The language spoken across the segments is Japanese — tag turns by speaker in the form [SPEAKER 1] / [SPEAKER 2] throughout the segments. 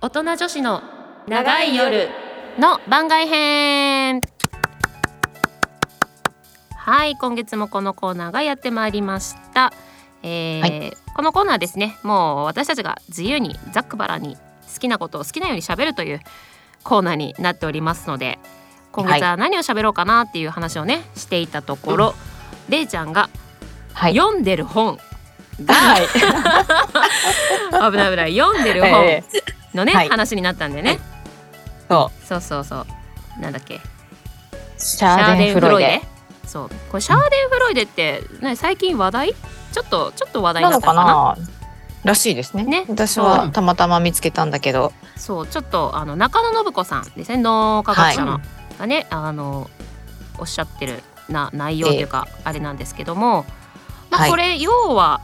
[SPEAKER 1] 大人女子の長い夜の番外編。はい、今月もこのコーナーがやってまいりました。このコーナーですね、もう私たちが自由にざっくばらんに好きなことを好きなように喋るというコーナーになっておりますので、今月は何を喋ろうかなっていう話をねしていたところ、れいちゃんが読んでる本が、危ない危ない、読んでる本のね、話になったんでね、そうなんだっけ、
[SPEAKER 2] シャーデンフロイデ。
[SPEAKER 1] そう、これシャーデンフロイデって、最近話題ちょっと話題になったのかな
[SPEAKER 2] らしいですね。私はたまたま見つけたんだけど、
[SPEAKER 1] そう、ちょっと中野信子さんですね、脳科学者の、がね、おっしゃってる内容というか、あれなんですけども、これ要は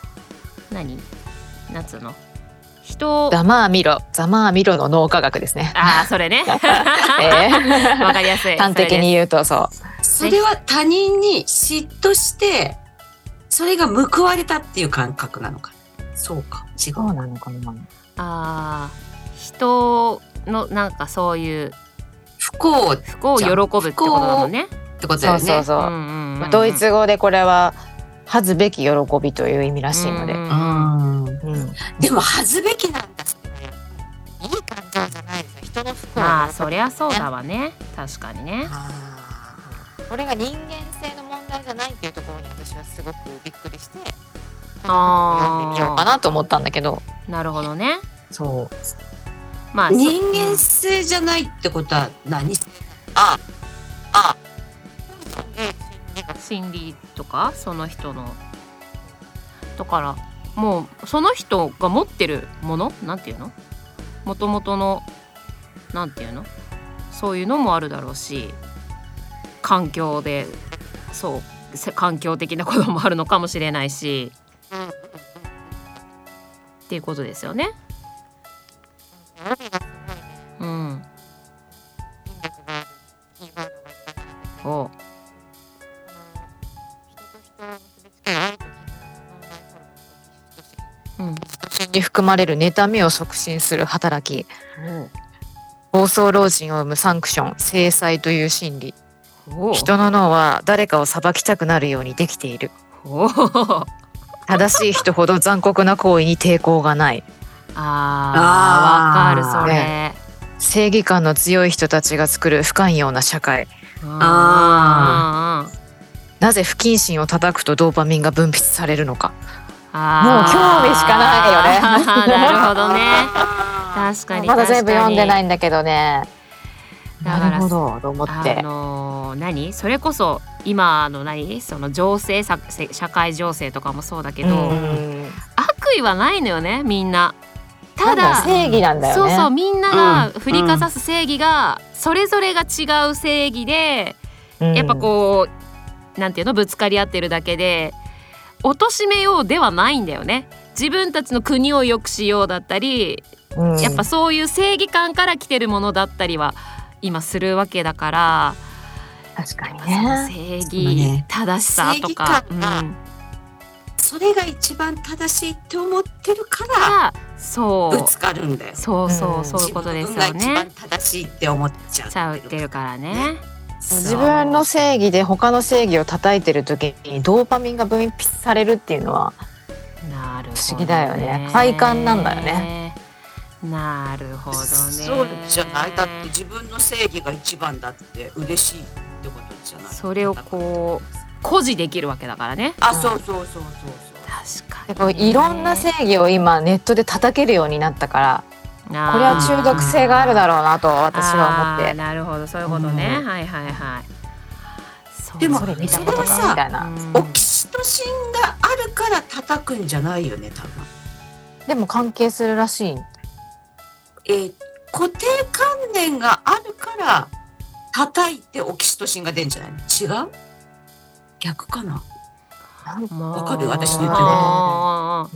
[SPEAKER 1] なんつうの、ざまあみろの脳科学ですね。 それね。わかりやすい。
[SPEAKER 2] 端的に言うと
[SPEAKER 3] それは他人に嫉妬してそれが報われたっていう感覚なのか。そうか、違う
[SPEAKER 2] なのかな。
[SPEAKER 1] 人のなんかそういう
[SPEAKER 3] 不幸を
[SPEAKER 1] 喜ぶってことなのね。
[SPEAKER 3] ってことだよね。
[SPEAKER 2] そう、ドイツ語でこれは恥ずべき喜びという意味らしいので、
[SPEAKER 3] でも恥ずべきなんだ。いい感情じゃないですよ、人の不幸。
[SPEAKER 1] そりゃそうだわね、確かにね。
[SPEAKER 2] これが人間性の問題じゃないっていうところに私はすごくびっくりして、読んでみようかなと思ったんだけど。
[SPEAKER 1] なるほどね。
[SPEAKER 2] そう、
[SPEAKER 3] 人間性じゃないってことは何？
[SPEAKER 1] 心理とか、その人のだから、もうその人が持ってるもの、なんていうの、もともとのなんていうの、そういうのもあるだろうし、環境で環境的なこともあるのかもしれないし、っていうことですよね。
[SPEAKER 2] に含まれる妬みを促進する働き、暴走老人を生むサンクション、制裁という心理。人の脳は誰かを裁きたくなるようにできている。正しい人ほど残酷な行為に抵抗がない。
[SPEAKER 1] わかる、それ。
[SPEAKER 2] 正義感の強い人たちが作る不寛容な社会。なぜ不謹慎を叩くとドーパミンが分泌されるのか。もう興味しかないよね。
[SPEAKER 1] なるほどね。確かに。
[SPEAKER 2] まだ全部読んでないんだけどね。なるほどと思って。
[SPEAKER 1] それこそ今のその情勢、社会情勢とかもそうだけど、悪意はないのよね、みんな。ただ
[SPEAKER 2] 正義なんだよね。
[SPEAKER 1] そう、みんなが振りかざす正義がそれぞれが違う正義で、やっぱこうなんていうの、ぶつかり合ってるだけで貶めようではないんだよね。自分たちの国を良くしようだったり、やっぱそういう正義感から来てるものだったりは今するわけだから。
[SPEAKER 2] 確かにね。
[SPEAKER 1] 正義、正しさとか、
[SPEAKER 3] それが一番正しいって思ってるからぶつかるんだよ。
[SPEAKER 1] そういうことですよね。
[SPEAKER 3] 自分が一番正しいって思っちゃ
[SPEAKER 1] ってるからね。
[SPEAKER 2] 自分の正義で他の正義を叩いてる時にドーパミンが分泌されるっていうのは不思議だよね。快感なんだよね。
[SPEAKER 1] なるほどね。
[SPEAKER 3] そうじゃない。だって自分の正義が一番だって嬉しいってことじゃない。
[SPEAKER 1] それをこう誇示できるわけだからね。
[SPEAKER 3] そう
[SPEAKER 1] 確かに、
[SPEAKER 2] いろんな正義を今ネットで叩けるようになったから、これは中毒性があるだろうなと私は思って。
[SPEAKER 1] なるほど、そういうことね。
[SPEAKER 3] でもそれはさ、オキシトシンがあるから叩くんじゃないよね、多分。
[SPEAKER 2] でも関係するらしい。
[SPEAKER 3] 固定観念があるから叩いてオキシトシンが出るんじゃないの？違う？逆かな？わかる？私の言ってること。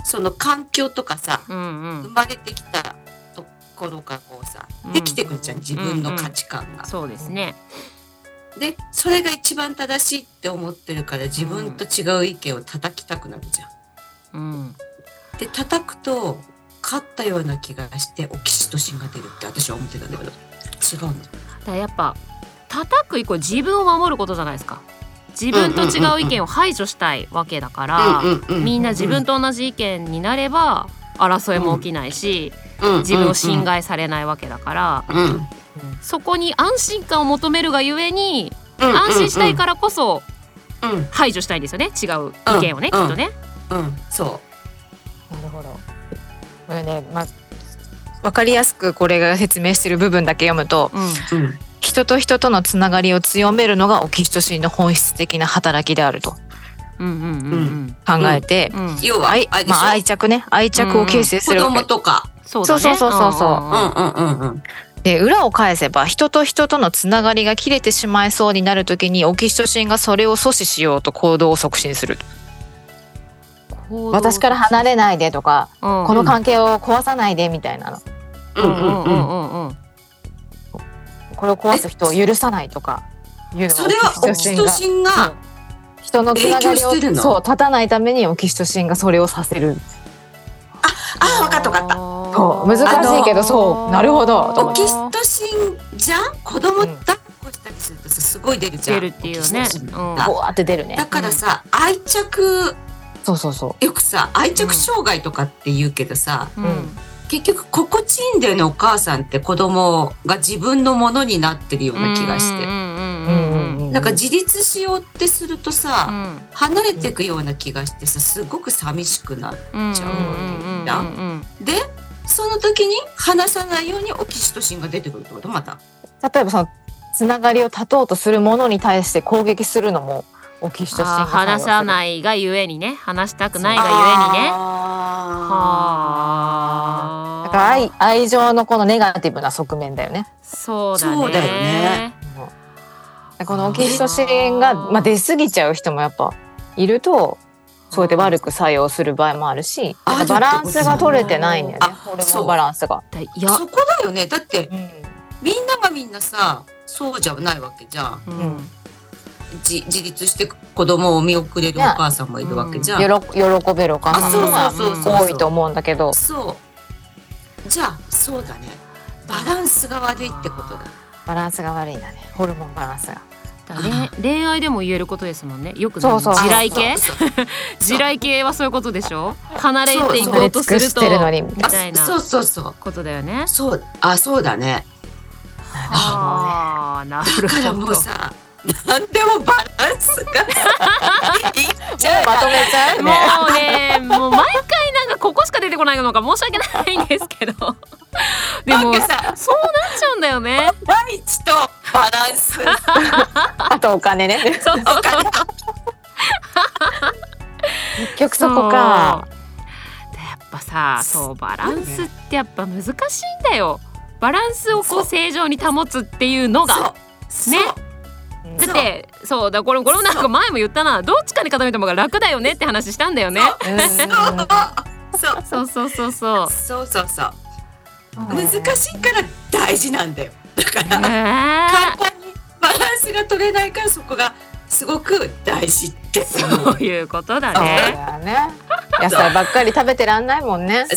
[SPEAKER 3] その環境とかさ、生まれてきたところがこうさ、できてくるじゃん、自分の価値観が。
[SPEAKER 1] そうですね。
[SPEAKER 3] でそれが一番正しいって思ってるから自分と違う意見を叩きたくなるじゃん。で叩くとかったような気がしてオキシトシンが出るって私は思ってたんだけど、違うの？だか
[SPEAKER 1] らやっぱ叩くイコール自分を守ることじゃないですか。自分と違う意見を排除したいわけだから、みんな自分と同じ意見になれば争いも起きないし、自分を侵害されないわけだから、そこに安心感を求めるがゆえに、安心したいからこそ排除したいんですよね、違う意見をね、きっとね。
[SPEAKER 3] そう。
[SPEAKER 2] なるほど。これね、分かりやすくこれが説明している部分だけ読むと、人と人とのつながりを強めるのがオキシトシンの本質的な働きであると考えて、
[SPEAKER 3] 要は
[SPEAKER 2] 愛着を形成するわけ。
[SPEAKER 3] 子供とか。
[SPEAKER 2] そう。で、裏を返せば人と人とのつながりが切れてしまいそうになるときにオキシトシンがそれを阻止しようと行動を促進する。私から離れないでとか、この関係を壊さないでみたいなの。これを壊す人を許さないとかいうの。
[SPEAKER 3] それはオキシトシンが
[SPEAKER 2] 人のつながりを立たないためにオキシトシンがそれをさせる。
[SPEAKER 3] 分かった。
[SPEAKER 2] そう難しいけど、そうなるほど。
[SPEAKER 3] オキシトシンじゃん、子供抱っこしたりするとすごい出るじゃん。
[SPEAKER 1] 出るっていうね。
[SPEAKER 2] ボワって出るね。
[SPEAKER 3] だからさ、愛着、
[SPEAKER 2] そう
[SPEAKER 3] よくさ愛着障害とかって言うけどさ、結局心地いいんだよね。お母さんって子供が自分のものになってるような気がして、なんか自立しようってするとさ、離れていくような気がしてさ、すごく寂しくなっちゃうわけじゃん。でその時に離さないようにオキシトシンが出てくるってこと。また
[SPEAKER 2] 例えばそのつながりを断とうとするものに対して攻撃するのもオキシトシンが
[SPEAKER 1] 話さないがゆえにね、話したくないがゆえにね。
[SPEAKER 2] だから愛情のこのネガティブな側面だよね。
[SPEAKER 1] そうだよね。
[SPEAKER 2] このオキシトシンが、出過ぎちゃう人もやっぱいると、そうやって悪く作用する場合もあるし、バランスが取れてないんだよね。ホルモンバランスが。
[SPEAKER 3] そこだよね。だって、みんながみんなさ、そうじゃないわけじゃん。自立して子供を見送れるお母さんもいるわけじゃん。
[SPEAKER 2] 喜べるお母さんが多いと思うんだけど。
[SPEAKER 3] じゃあそうだね。バランスが悪いってことだ。
[SPEAKER 2] バランスが悪いんだね。ホルモンバランスが。
[SPEAKER 1] 恋愛でも言えることですもんね。よく地雷系地雷系はそういうことでしょ。離れていこうとするとみたいなことだよね。
[SPEAKER 3] そうだね。
[SPEAKER 1] なるほど。
[SPEAKER 3] だからもうさ、なんでもバランスが
[SPEAKER 2] まとめちゃうね。
[SPEAKER 1] もう毎回なんかここしか出てこないのか申し訳ないんですけど、でもそうなっちゃうんだよね。
[SPEAKER 3] 大地とバランス
[SPEAKER 2] あとお金ね。
[SPEAKER 1] そう
[SPEAKER 3] お金
[SPEAKER 2] 結局そこか。
[SPEAKER 1] やっぱさ、バランスってやっぱ難しいんだよ。バランスをこう正常に保つっていうのがね。だってこれもなんか前も言ったな、どっちかに傾いた方が楽だよねって話したんだよね。そう
[SPEAKER 3] 難しいから大事なんだよ。だから簡単にバランスが取れないから、そこがすごく大事って
[SPEAKER 1] そういうことだね。
[SPEAKER 2] 野菜ばっかり食べてらんないもんね。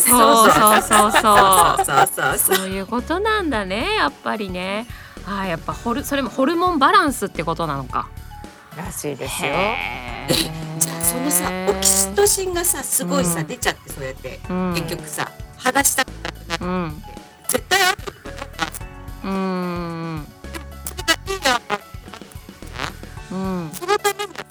[SPEAKER 1] そういうことなんだね、やっぱりね。やっぱそれもホルモンバランスってことなのから
[SPEAKER 2] しいですよ。
[SPEAKER 3] じゃあそのさ、オキシトシンがさすごいさ、出ちゃって、そうやって、結局さ話したくなくなって、絶対ある。それがいいな。そのために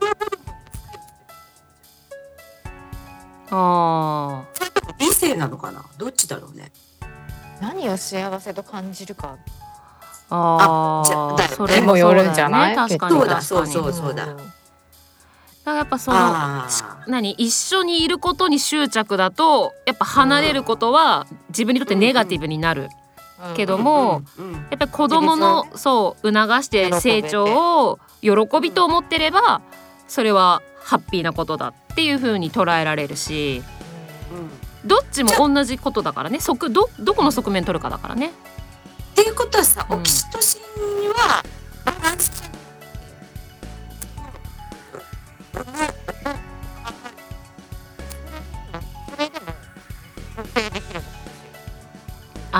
[SPEAKER 3] それとも理性なのかな、どっちだろうね。
[SPEAKER 2] 何を幸せと感じるか。
[SPEAKER 1] それ
[SPEAKER 2] もよるんじゃない？
[SPEAKER 1] 確かに。
[SPEAKER 3] そうだ。
[SPEAKER 1] だからやっぱ一緒にいることに執着だと、やっぱ離れることは自分にとってネガティブになるけども、やっぱり子供の促して成長を喜びと思ってれば、それはハッピーなことだっていう風に捉えられるし、どっちも同じことだからね。どこの側面取るかだからね。
[SPEAKER 3] っていうことはさ、オキシトシンにはバランス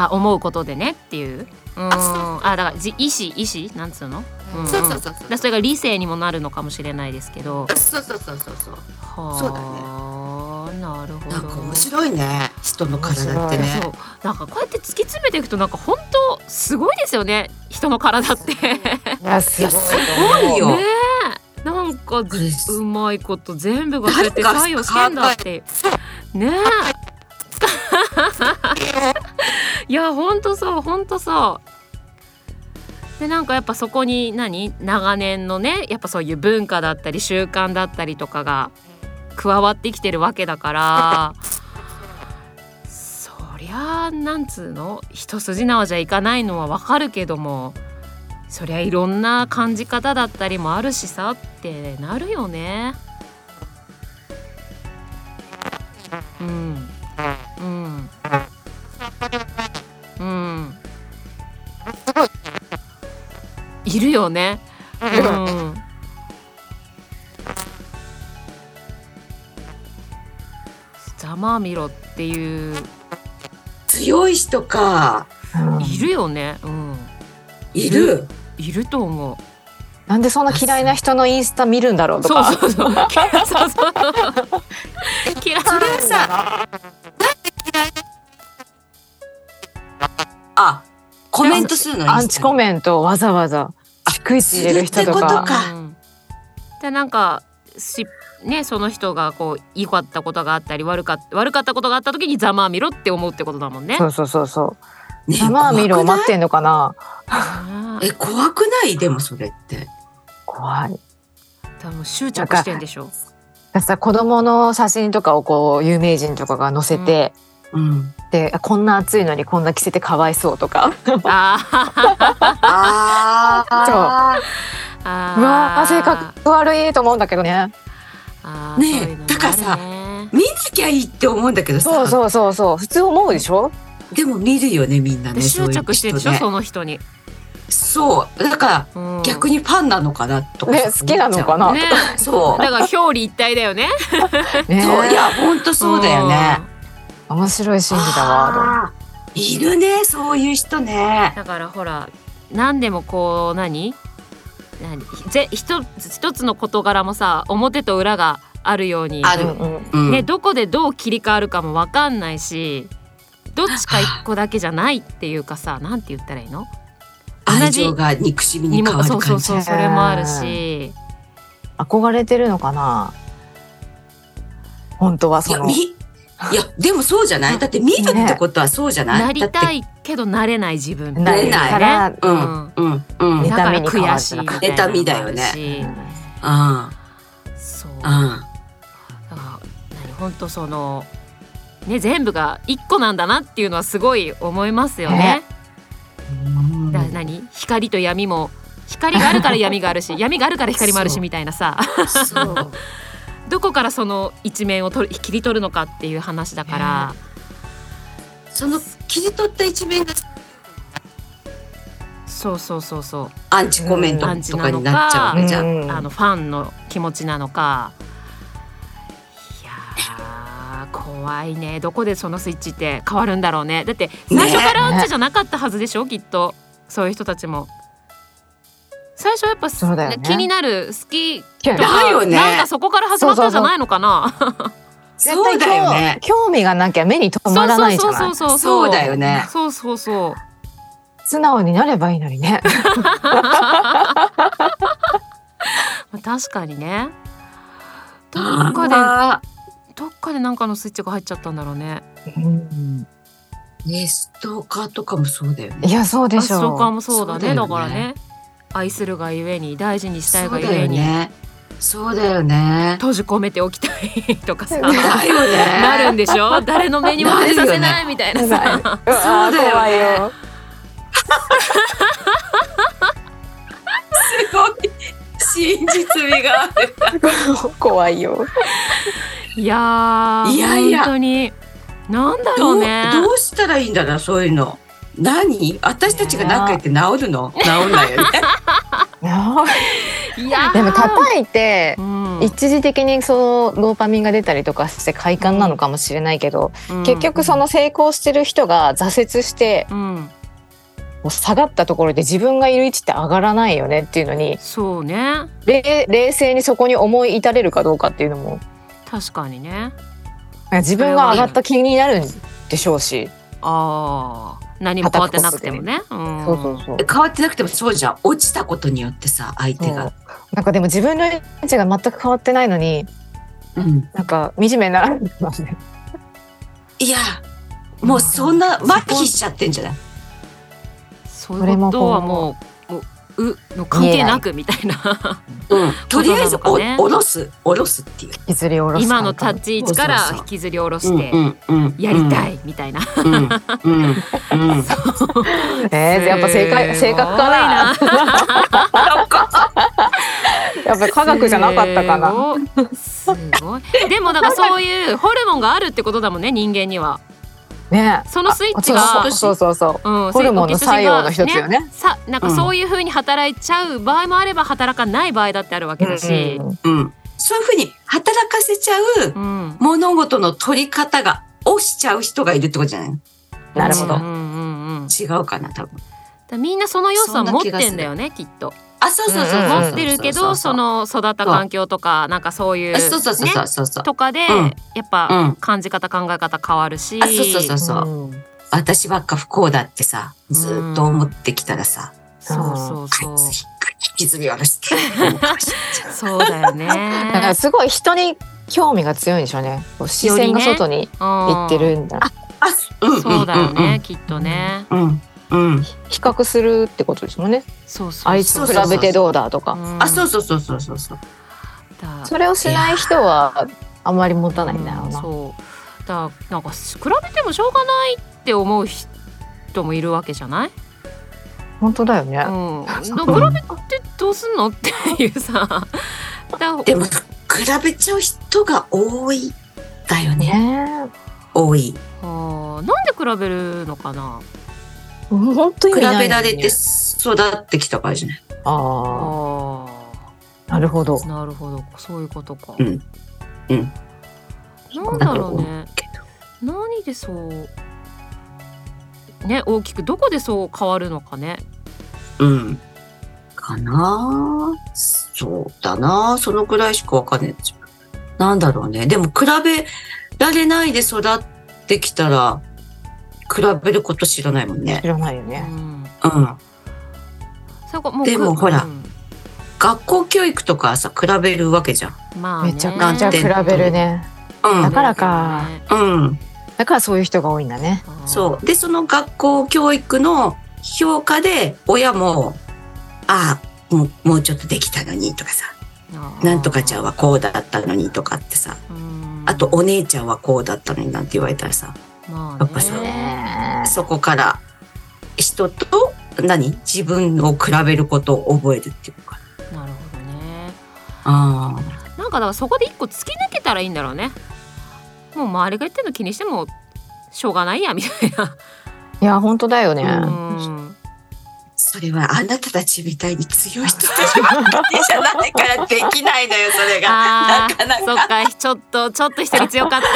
[SPEAKER 1] 思うことでねっていう。だから意思なんつうの、それが理性にもなるのかもしれないですけど。
[SPEAKER 3] そうそうだね。
[SPEAKER 1] なるほど。
[SPEAKER 3] なんか面白いね、人の体ってね。
[SPEAKER 1] そう、なんかこうやって突き詰めていくとなんか本当すごいですよね、人の体って。い
[SPEAKER 2] やすご
[SPEAKER 3] いよ。
[SPEAKER 1] ねえ、なんかうまいこと全部がそうやって作用してんだってねえ。いや本当そうで、なんかやっぱそこに長年のね、やっぱそういう文化だったり習慣だったりとかが加わってきてるわけだからそりゃなんつうの、一筋縄じゃいかないのはわかるけども、そりゃいろんな感じ方だったりもあるしさってなるよね。いるよね。ざまあみろっていう
[SPEAKER 3] 強い人か、
[SPEAKER 1] いるよね。いると思う。
[SPEAKER 2] なんでそんな嫌いな人のインスタ見るんだろうとか。
[SPEAKER 1] そう嫌いな
[SPEAKER 3] さ、コメントするの、
[SPEAKER 2] アンチコメントをわざわざ逐一入れる人とか。
[SPEAKER 1] でなんかね、その人がこう良かったことがあったり悪かったことがあった時にざまあみろって思うってことだもんね。
[SPEAKER 2] そう、ざまあみろを待ってんのかな。
[SPEAKER 3] 怖くない？でもそれって
[SPEAKER 2] 怖い。
[SPEAKER 1] 多分執着してんでしょ。
[SPEAKER 2] さ、子供の写真とかをこう有名人とかが載せて、でこんな暑いのにこんな着せてかわいそうとか。そう。うわ、性格悪いと思うんだけどね。
[SPEAKER 3] ねえ、だからさ、見なきゃいいって思うんだけどさ。
[SPEAKER 2] そう普通思うでしょ。
[SPEAKER 3] でも見るよね、みんなね。
[SPEAKER 1] 執着してるでしょ、その人に。
[SPEAKER 3] そうだから逆にファンなのかなとか、
[SPEAKER 2] ね、好きなのかな、
[SPEAKER 1] ね、そうだから表裏一体だよね。
[SPEAKER 3] そう、いや本当そうだよね。
[SPEAKER 2] 面白い心理だわ。
[SPEAKER 3] いるね、そういう人ね。
[SPEAKER 1] だからほら、何でもこう一つの事柄もさ、表と裏があるように
[SPEAKER 3] ある、
[SPEAKER 1] ね、どこでどう切り替わるかも分かんないし、どっちか一個だけじゃないっていうかさ、なんて言ったらいいの、
[SPEAKER 3] 愛情が憎しみに変わる感じ。
[SPEAKER 1] そうそれもあるし、
[SPEAKER 2] 憧れてるのかな本当は。
[SPEAKER 3] いやでもそうじゃない？だって見るってことはそうじゃない？
[SPEAKER 1] なりたいけどなれない自分、
[SPEAKER 3] なれない
[SPEAKER 1] から、
[SPEAKER 2] だから
[SPEAKER 1] 悔しいみたいな、
[SPEAKER 3] 妬みだよね。
[SPEAKER 1] そう。だから本当そのね、全部が一個なんだなっていうのはすごい思いますよね。だから光と闇も、光があるから闇があるし、闇があるから光もあるしみたいなさ。そうどこからその一面を切り取るのかっていう話だから、
[SPEAKER 3] その切り取った一面が
[SPEAKER 1] そう
[SPEAKER 3] アンチコメントとかになっちゃうわけじゃん。
[SPEAKER 1] ファンの気持ちなのか。いや怖いね。どこでそのスイッチって変わるんだろうね。だって最初からアンチじゃなかったはずでしょ、きっと。そういう人たちも最初やっぱ、気になる、好きとか、なんかそこから始まったんじゃないのかな。
[SPEAKER 3] そうだよね。
[SPEAKER 2] 興味がなきゃ目に留まらないじゃない。
[SPEAKER 3] そうだよね。
[SPEAKER 1] そう
[SPEAKER 2] 素直になればいいのにね。
[SPEAKER 1] 確かにね。どっかでなんかのスイッチが入っちゃったんだろうね。
[SPEAKER 3] ストーカーとかもそうだよね。
[SPEAKER 2] いやそうでしょう。
[SPEAKER 1] ストーカーもそうだね。だからね、愛するがゆえに、大事にしたいがゆえに、
[SPEAKER 3] そうだよね。
[SPEAKER 1] 閉じ込めておきたいとかさ、な
[SPEAKER 3] る
[SPEAKER 1] んでしょ。誰の目にも触れさせないみたいなさ。
[SPEAKER 3] そうだよね。すごい真実味がある。
[SPEAKER 2] 怖いよ。
[SPEAKER 1] いや本当になんだろうね。
[SPEAKER 3] どうしたらいいんだろう、そういうの。私たちが何か言って治るの？治んないよね。
[SPEAKER 2] いやでも叩いて、 一時的にそのドーパミンが出たりとかして快感なのかもしれないけど、結局その成功してる人が挫折して、もう下がったところで自分がいる位置って上がらないよねっていうのに、
[SPEAKER 1] そうね、
[SPEAKER 2] 冷静にそこに思い至れるかどうかっていうのも
[SPEAKER 1] 確かにね、
[SPEAKER 2] 自分が上がった気になるんでしょうし、
[SPEAKER 1] 何も変わってなくてもね、
[SPEAKER 2] そう
[SPEAKER 3] 変わってなくてもそうじゃん、落ちたことによってさ、相手が
[SPEAKER 2] なんかでも自分の位置が全く変わってないのに、なんか惨めにならないますね。
[SPEAKER 3] いやもうそんな麻痺しちゃってんじゃない？
[SPEAKER 1] そういうことはもう関係なくみたいな、
[SPEAKER 3] とりあえず下ろすっていう、
[SPEAKER 2] 引きずり下ろす、
[SPEAKER 1] 今の立ち位置から引きずり下ろしてやりたいみたいな。
[SPEAKER 2] やっぱ正確かな。やっぱ科学じゃなかったかな。
[SPEAKER 1] すごい。でもだからそういうホルモンがあるってことだもんね、人間には。
[SPEAKER 2] ね、
[SPEAKER 1] そのスイッチが
[SPEAKER 2] ホルモンの作用の一つよね。
[SPEAKER 1] なんかそういう風に働いちゃう場合もあれば働かない場合だってあるわけだし、そういう
[SPEAKER 3] 風に働かせちゃう物事の取り方がをしちゃう人がいるってことじゃない？
[SPEAKER 2] なるほど。
[SPEAKER 3] 違うかな、多分。
[SPEAKER 1] みんなその要素は持ってんだよね、きっと。
[SPEAKER 3] そう
[SPEAKER 1] 持ってるけど、その育った環境とかなんかそういうとかでやっぱ感じ方考え方変わるし、
[SPEAKER 3] 私ばっか不幸だってさずっと思ってきたらさ、
[SPEAKER 1] そう
[SPEAKER 3] 引きずり下ろして
[SPEAKER 1] そうだよね。
[SPEAKER 2] だからすごい人に興味が強いんでしょうね。視線が外に行ってるんだ。
[SPEAKER 1] そうだよね、きっとね。
[SPEAKER 2] 比較するってことですもんね。あいつと比べてどうだとか。
[SPEAKER 3] そう
[SPEAKER 2] それをしない人はあんまり持たないんだろうな。
[SPEAKER 1] なんか比べてもしょうがないって思う人もいるわけじゃない？
[SPEAKER 2] 本当だよね。
[SPEAKER 1] 比べてどうすんのっていうさ。
[SPEAKER 3] でも比べちゃう人が多いだよね。多い。
[SPEAKER 1] なんで比べるのかな。
[SPEAKER 2] 本当に
[SPEAKER 3] 比べられて育ってきたからじゃない。
[SPEAKER 2] なるほど。
[SPEAKER 1] そういうことか。なんだろうね。何でそうね、大きくどこでそう変わるのかね。
[SPEAKER 3] かな。そうだな。そのくらいしかわかんない。なんだろうね。でも比べられないで育ってきたら比べること知らないもんね。
[SPEAKER 2] 知らないよね。
[SPEAKER 3] でもほら、学校教育とかさ比べるわけじゃん。
[SPEAKER 2] めちゃくちゃ比べるね。だからか。だからそういう人が多いんだね。
[SPEAKER 3] そうで、その学校教育の評価で親ももうちょっとできたのにとかさ、なんとかちゃんはこうだったのにとかってさ、あとお姉ちゃんはこうだったのになんて言われたらさ、やっぱさ、そこから人と自分を比べることを覚えるっていうか。
[SPEAKER 1] なるほどね。なんかだからそこで一個突き抜けたらいいんだろうね。もう周りが言ってるの気にしてもしょうがないやみたいな。
[SPEAKER 2] いや本当だよね。
[SPEAKER 3] それはあなたたちみたいに強い人たちばっかりじゃないからできないのよ、それが。なかなか。
[SPEAKER 1] そっか、ちょっと一人強かった。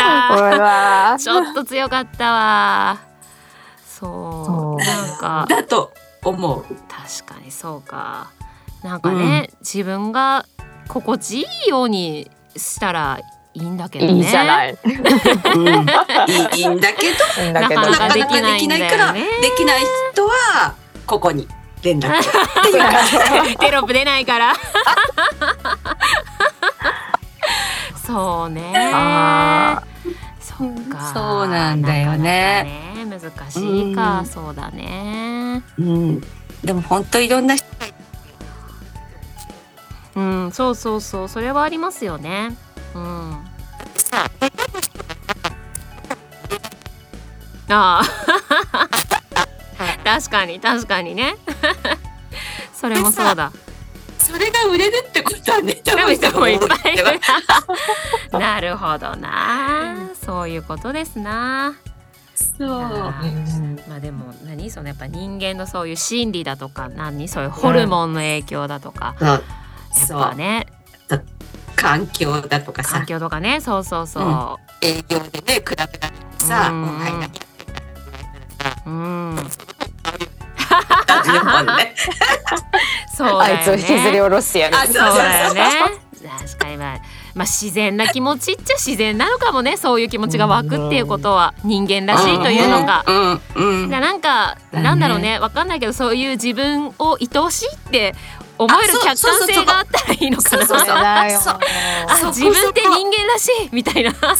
[SPEAKER 1] ちょっと強かったわ。なんか
[SPEAKER 3] だと思う。
[SPEAKER 1] 確かにそうか。なんかね、自分が心地いいようにしたらいいんだけどね。
[SPEAKER 2] いいじゃない。
[SPEAKER 3] いいんだけど、
[SPEAKER 1] なかなかできないんだよね。
[SPEAKER 3] できない人はここに連絡っていう感じ。
[SPEAKER 1] テロップ出ないから。そうね。そっか。
[SPEAKER 3] そうなんだよね。
[SPEAKER 1] 難しいか。そうだね。
[SPEAKER 3] でも本当いろんな人
[SPEAKER 1] が。そうそれはありますよね。確かにね。それもそうだ。
[SPEAKER 3] それが売れるってことはね、
[SPEAKER 1] 多分人もいっぱいいる。なるほどな。そういうことですな。
[SPEAKER 3] そう。
[SPEAKER 1] まあでもそのやっぱ人間のそういう心理だとかそういうホルモンの影響だとか、やっぱね。
[SPEAKER 3] 環境だとかさ、
[SPEAKER 1] 環境とかね、そうそうそう、
[SPEAKER 3] 営業でね比べられてさ、お前何やってんだ
[SPEAKER 1] そうだよね。
[SPEAKER 2] あいつを引きずり下ろしてやる。
[SPEAKER 1] そうだよね。確かにまあ自然な気持ちっちゃ自然なのかもね。そういう気持ちが湧くっていうことは人間らしいというのが、なんかなんだろうね、わかんないけど、そういう自分を愛おしいって思える客観性があったらいいのかな。自分って人間らしいみたいな。そこ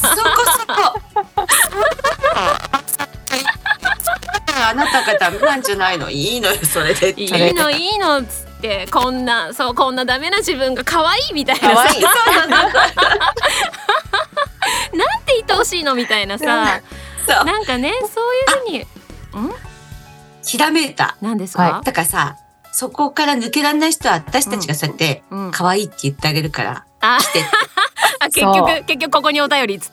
[SPEAKER 3] あなたがダメなんじゃないの。いいのよそれで。いい
[SPEAKER 1] のっつってこんなダメな自分が可愛いみたいなさ。なんて愛おしいのみたいなさ。なんかね、そういうふうに
[SPEAKER 3] ひらめいた。
[SPEAKER 1] 何ですか。
[SPEAKER 3] だからさ、そこから抜けられない人は私たちがそうやって可愛いって言ってあげるから来て。
[SPEAKER 1] 結局ここにお便りっつって。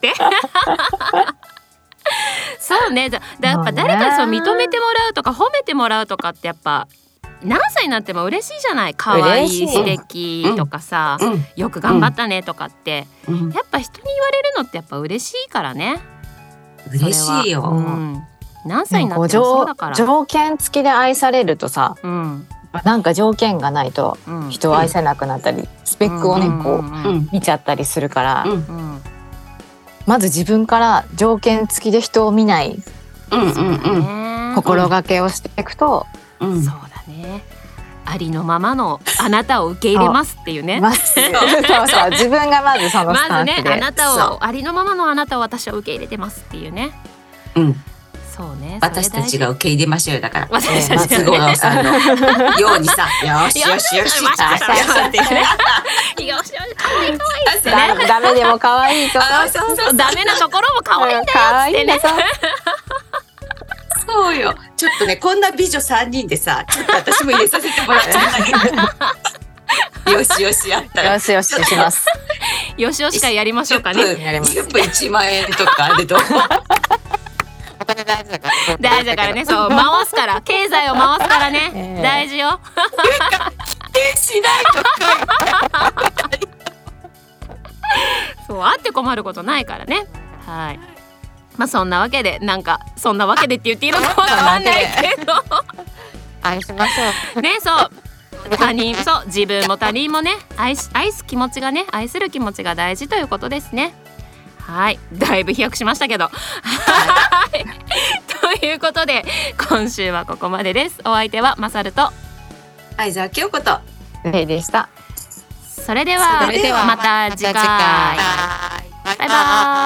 [SPEAKER 1] そうね。やっぱ誰かそう認めてもらうとか褒めてもらうとかってやっぱ何歳になっても嬉しいじゃない。可愛い、素敵とかさ、よく頑張ったねとかって、やっぱ人に言われるのってやっぱ嬉しいからね。
[SPEAKER 3] 嬉しいよ。
[SPEAKER 1] 何歳になってもそうだから。
[SPEAKER 2] 条件付きで愛されるとさ、なんか条件がないと人を愛せなくなったり、スペックをねこう見ちゃったりするから、まず自分から条件付きで人を見ない心がけをしていくと、
[SPEAKER 1] そうだね。ありのままのあなたを受け入れますっていうね。
[SPEAKER 2] 自分がまずそのスタンスで、
[SPEAKER 1] まずね、あなたをありのままのあなたを私は受け入れてますっていうね。そうね。
[SPEAKER 3] 私たちが受け入れましょうよ。だから
[SPEAKER 1] 私たち
[SPEAKER 3] 松五郎さんのようにさ、よしよしよし
[SPEAKER 1] っていうね。よしよし可愛い可愛いってね。
[SPEAKER 2] ダメでも可愛いと。
[SPEAKER 1] ダメなところも可愛いんだよってね。
[SPEAKER 3] そうよ。ちょっとね、こんな美女3人でさ、ちょっと私も入れさせてもらっちゃうんだけど。よしよしやったら。
[SPEAKER 2] よしよしします。
[SPEAKER 1] よしよし会やりましょうかね。
[SPEAKER 3] 10分1万円とかあると。
[SPEAKER 1] 大事だからね。そう回すから、経済を回すからね。大事よ。
[SPEAKER 3] しないと。
[SPEAKER 1] そう、あって困ることないからね。はい。まあそんなわけで、なんかそんなわけでって言っていいのかわかんないけど。
[SPEAKER 2] 愛しましょう。
[SPEAKER 1] ね、そう。他人、そう、自分も他人もね、愛す気持ちがね、愛する気持ちが大事ということですね。はい、だいぶ飛躍しましたけど。ということで今週はここまでです。お相手はマサルと
[SPEAKER 3] 相沢京子と
[SPEAKER 2] レイでした。
[SPEAKER 1] それではまた次回。バイバーイ。